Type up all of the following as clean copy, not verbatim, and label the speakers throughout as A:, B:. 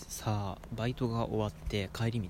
A: さあバイトが終わって帰り道、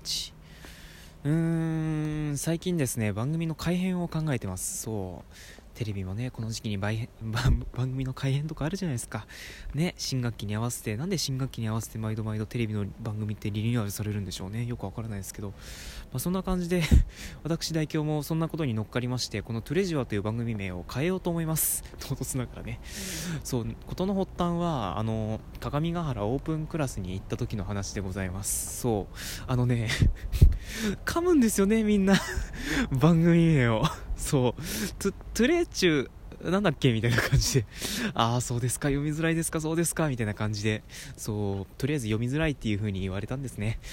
A: 最近ですね、番組の改編を考えてます。そうテレビもね、この時期に番組の改編とかあるじゃないですかね。新学期に合わせて、なんで新学期に合わせて毎度毎度テレビの番組ってリニューアルされるんでしょうね。よくわからないですけど、そんな感じで私代表もそんなことに乗っかりまして、このトゥレジュアという番組名を変えようと思います。唐突ながらね。そう事の発端は鏡ヶ原オープンクラスに行った時の話でございます。そう噛むんですよね、みんな番組名を。そうトゥレチュなんだっけみたいな感じで、ああそうですか、読みづらいですか、そうですかみたいな感じで、そうとりあえず読みづらいっていう風に言われたんですね。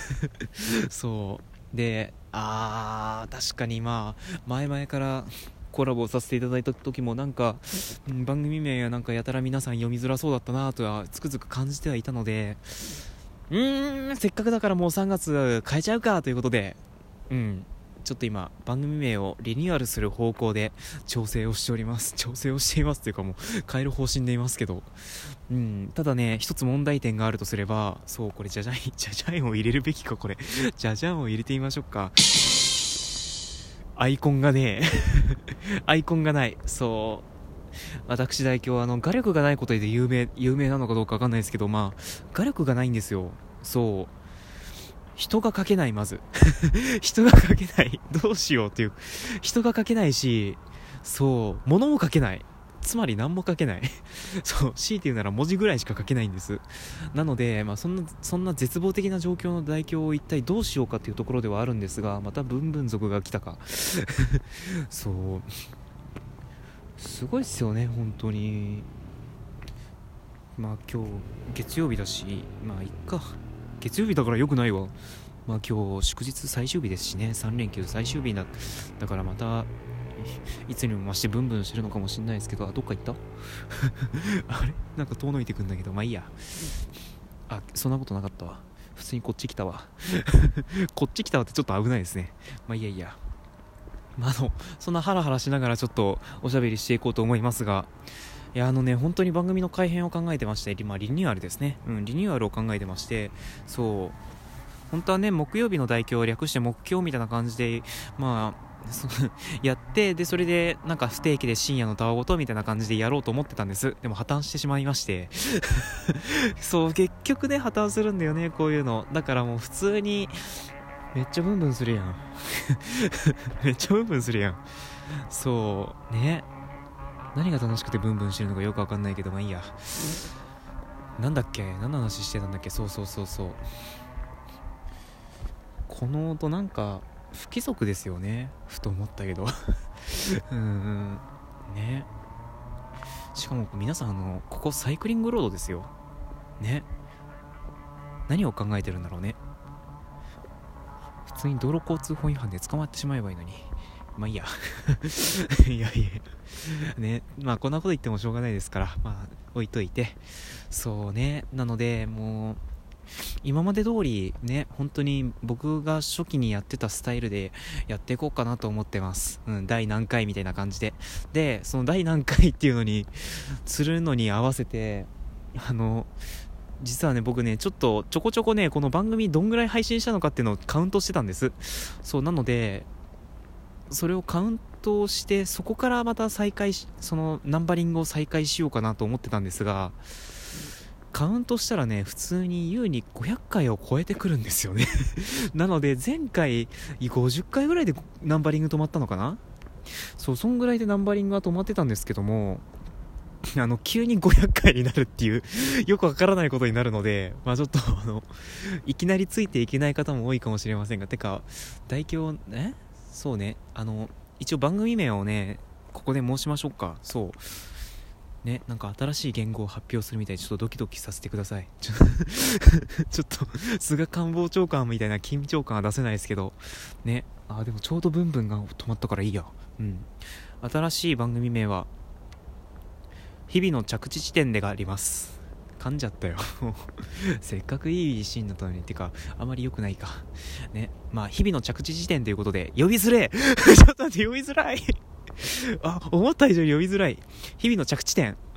A: そうで、確かに前々からコラボをさせていただいた時もなんか、番組名やなんかやたら皆さん読みづらそうだったなとはつくづく感じてはいたので、せっかくだからもう3月変えちゃうかということで、ちょっと今番組名をリニューアルする方向で調整をしていますというか、もう変える方針でいますけど、ただね、一つ問題点があるとすれば、そうこれじゃじゃんを入れるべきか、これじゃじゃんを入れてみましょうか。アイコンがねアイコンがない。そう私代表は画力がないことで有名なのかどうかわかんないですけど、画力がないんですよ。そう人が描けない、まず人が描けない、どうしようっていう。人が描けないし、そう物も描けない、つまり何も描けないそう強いて言うなら文字ぐらいしか書けないんです。なので、そんな絶望的な状況の代表を一体どうしようかというところではあるんですが、またブンブン族が来たかそうすごいっすよね、本当に。今日月曜日だし、いっか、月曜日だから良くないわ。今日祝日最終日ですしね、3連休最終日だからまたいつにも増してブンブンしてるのかもしれないですけど、どっか行ったあれなんか遠のいてくんだけど、いいや。そんなことなかったわ。普通にこっち来たわこっち来たわってちょっと危ないですね。いいや。そんなハラハラしながらちょっとおしゃべりしていこうと思いますが、いや本当に番組の改編を考えてまして、リニューアルですね。リニューアルを考えてまして、そう本当はね、木曜日の代表を略して木曜みたいな感じでやって、でそれでなんか不定期で深夜のたわごとみたいな感じでやろうと思ってたんです。でも破綻してしまいましてそう結局ね、破綻するんだよね、こういうの。だからもう普通にめっちゃブンブンするやんめっちゃブンブンするやん。そうね、何が楽しくてブンブンしてるのかよくわかんないけど、いいや。なんだっけ、何の話してたんだっけ。そうこの音なんか不規則ですよね、ふと思ったけどね。しかも皆さんここサイクリングロードですよね。何を考えてるんだろうね。普通に道路交通法違反で捕まってしまえばいいのに。いいやいやね、こんなこと言ってもしょうがないですから、置いといて。そうね、なのでもう今まで通りね、本当に僕が初期にやってたスタイルでやっていこうかなと思ってます。第何回みたいな感じで、その第何回っていうのにするのに合わせて、実はね、僕ね、ちょこちょこね、この番組どんぐらい配信したのかっていうのをカウントしてたんです。そうなので、それをカウントして、そこからまたそのナンバリングを再開しようかなと思ってたんですが、カウントしたらね、普通に優に500回を超えてくるんですよねなので前回50回ぐらいでナンバリング止まったのかな。そんぐらいでナンバリングが止まってたんですけども、急に500回になるっていうよくわからないことになるので、ちょっといきなりついていけない方も多いかもしれませんが、てか代表そうね、一応番組名をね、ここで申しましょうか。そうね、なんか新しい言語を発表するみたいで、ちょっとドキドキさせてくださいちょっと菅官房長官みたいな緊張感は出せないですけどね。でもちょうどブンブンが止まったからいいや。新しい番組名は日々の着地地点でがあります。噛んじゃったよせっかくいいシーンだったのに。てかあまり良くないかね。日々の着地地点ということで、呼びづれちょっと待って、呼びづらい思った以上に呼びづらい。日々の着地点。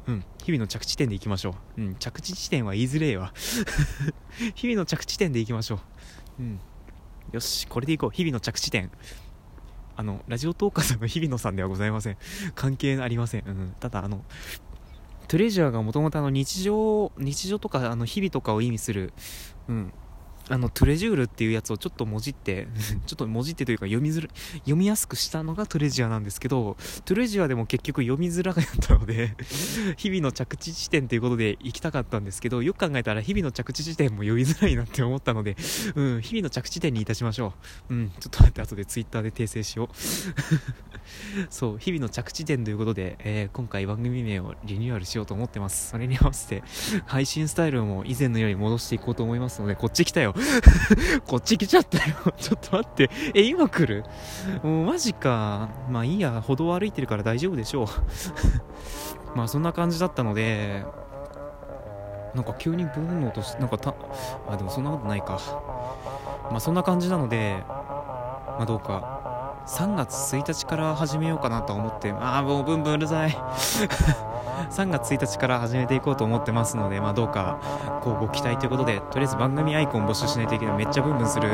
A: 日々の着地点でいきましょう。着地地点は言いづれえわ日々の着地点でいきましょう。よし、これでいこう。日々の着地点。ラジオトーカーさんの日々のさんではございません。関係ありません。ただトレジャーがもともと日常とか日々とかを意味する、トレジュールっていうやつをちょっともじってというか読みやすくしたのがトレジャーなんですけど、トレジャーでも結局読みづらかったので日々の着地地点ということで行きたかったんですけど、よく考えたら日々の着地地点も読みづらいなって思ったので、日々の着地点にいたしましょう。ちょっと待って、後でツイッターで訂正しようそう、日々の着地点ということで、今回番組名をリニューアルしようと思ってます。それに合わせて配信スタイルも以前のように戻していこうと思いますので、こっち来たよこっち来ちゃったよちょっと待って、今来る？もうマジか。まあいいや、歩道を歩いてるから大丈夫でしょうまあそんな感じだったので、なんか急にブーンの音して、でもそんなことないか。まあそんな感じなので、まあどうか3月1日から始めようかなと思って、もうブンブンうるさい3月1日から始めていこうと思ってますので、どうかこうご期待ということで、とりあえず番組アイコン募集しないといけない。めっちゃブンブンする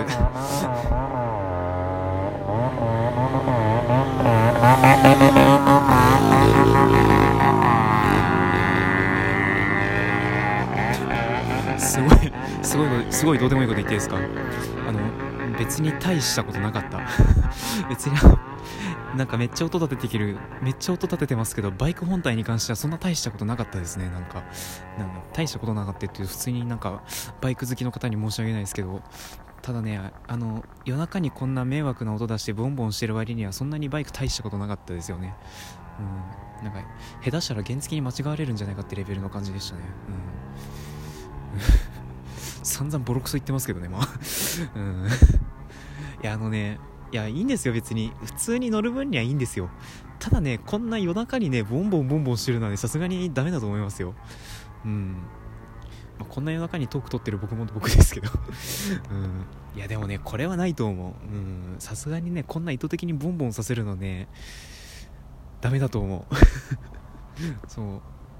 A: すごいどうでもいいこと言っていいですか？別に大したことなかった別になんかめっちゃ音立ててますけど、バイク本体に関してはそんな大したことなかったですね。なんか大したことなかったっていう、普通になんかバイク好きの方に申し訳ないですけど、ただね、夜中にこんな迷惑な音出してボンボンしてる割にはそんなにバイク大したことなかったですよね。なんか下手したら原付に間違われるんじゃないかってレベルの感じでしたね。散々ボロクソ言ってますけどね、いやいいんですよ、別に普通に乗る分にはいいんですよ。ただね、こんな夜中にねボンボンしてるのはね、さすがにダメだと思いますよ。こんな夜中にトーク撮ってる僕ですけどいやでもね、これはないと思う。さすがにね、こんな意図的にボンボンさせるのねダメだと思うそう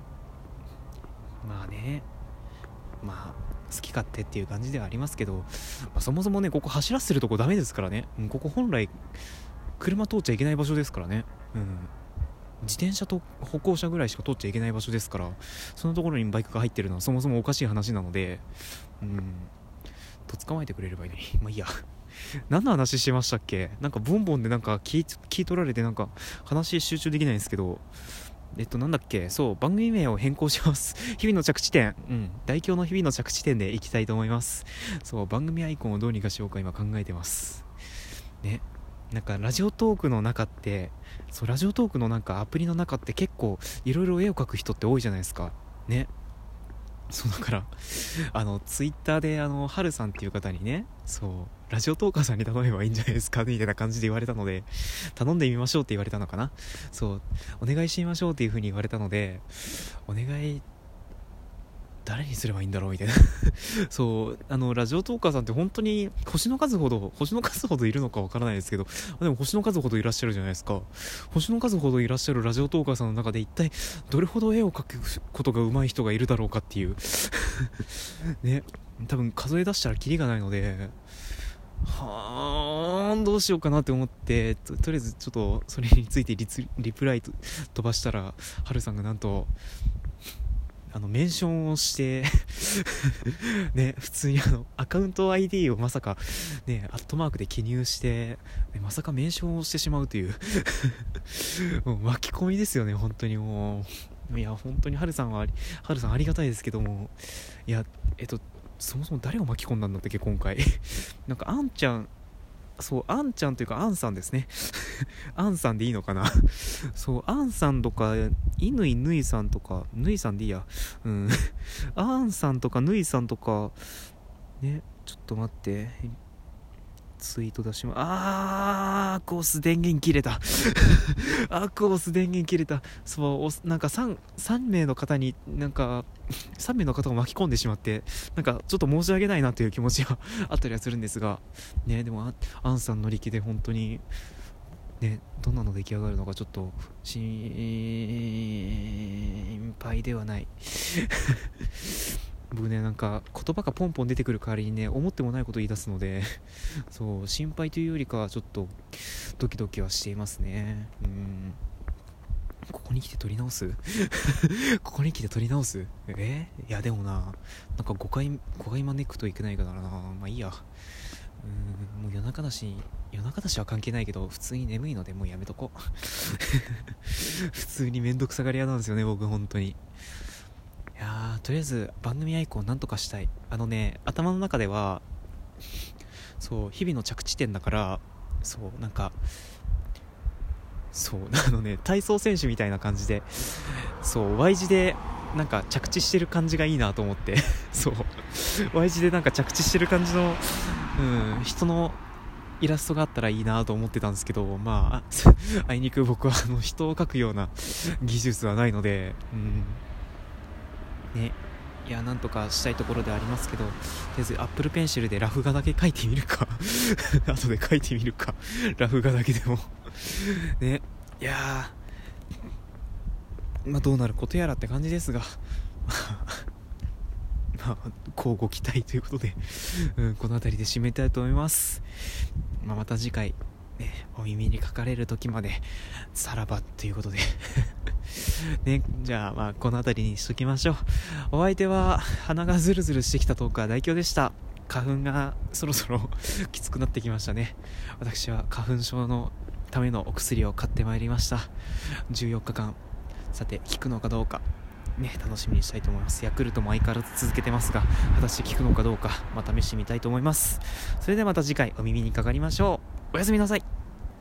A: 好き勝手っていう感じではありますけど、そもそもね、ここ走らせてるとこダメですからね。ここ本来車通っちゃいけない場所ですからね。自転車と歩行者ぐらいしか通っちゃいけない場所ですから、そのところにバイクが入ってるのはそもそもおかしい話なので、と捕まえてくれればいいのに。まあいいや何の話してましたっけ？なんかボンボンでなんか気取られて、なんか話集中できないんですけど、なんだっけ、そう、番組名を変更します日々の着地点、大凶の日々の着地点でいきたいと思います。そう、番組アイコンをどうにかしようか今考えてますね。なんかラジオトークの中って、ラジオトークのなんかアプリの中って結構いろいろ絵を描く人って多いじゃないですかね。そうだからツイッターではるさんっていう方にね、ラジオトーカーさんに頼めばいいんじゃないですかみたいな感じで言われたので、頼んでみましょうって言われたのかな。お願いしてみましょうっていう風に言われたので、お願い誰にすればいいんだろうみたいなラジオトーカーさんって本当に星の数ほどいるのかわからないですけど、でも星の数ほどいらっしゃるじゃないですか。星の数ほどいらっしゃるラジオトーカーさんの中で一体どれほど絵を描くことが上手い人がいるだろうかっていうね、多分数え出したらキリがないので、どうしようかなって思って、とりあえずちょっとそれについてリプライ飛ばしたら、はるさんがなんとメンションをしてね、普通にアカウント ID をまさかね、アットマークで記入して、まさかメンションをしてしまうというもう巻き込みですよね、本当に。もういや本当にはるさんありがたいですけども、いやそもそも誰を巻き込んだんだったっけ今回なんかあんちゃんというかアンさんですねアンさんでいいのかなアンさんとかぬいさんとか、ぬいさんでいいや、アンさんとかぬいさんとかね、ちょっと待って、ツイート出しアーコース電源切れたアーコース電源切れた。なんか3名の方になんか3名の方を巻き込んでしまって、なんかちょっと申し訳ないなという気持ちはあったりはするんですがね。でもアンさんの力で本当にね、どんなの出来上がるのかちょっと心配ではない僕ね、なんか言葉がポンポン出てくる代わりにね、思ってもないことを言い出すのでそう心配というよりかはちょっとドキドキはしていますね。ここに来て撮り直すここに来て撮り直す。いやでもなんか誤解招くといけないからな。まあいいや。もう夜中だしは関係ないけど、普通に眠いのでもうやめとこ普通にめんどくさがり屋なんですよね、僕本当に。いやとりあえず番組アイコンなんとかしたい。頭の中ではそう日々の着地点だから、そうなんかそう体操選手みたいな感じで、そう Y 字でなんか着地してる感じがいいなと思ってそう Y 字でなんか着地してる感じの、人のイラストがあったらいいなと思ってたんですけど、まああいにく僕は人を描くような技術はないので、ね、いやなんとかしたいところではありますけど、とりあえずアップルペンシルでラフ画だけ描いてみるか後で描いてみるかラフ画だけでもね。いやまあどうなることやらって感じですがまあ乞うご期待ということで、この辺りで締めたいと思います。また次回、お耳にかかれる時までさらばということでね、じゃあこの辺りにしときましょう。お相手は鼻がズルズルしてきたトークは大京でした。花粉がそろそろきつくなってきましたね。私は花粉症のためのお薬を買ってまいりました。14日間さて効くのかどうか楽しみにしたいと思います。ヤクルトも相変わらず続けてますが、果たして効くのかどうか試してみたいと思います。それではまた次回お耳にかかりましょう。おやすみなさい。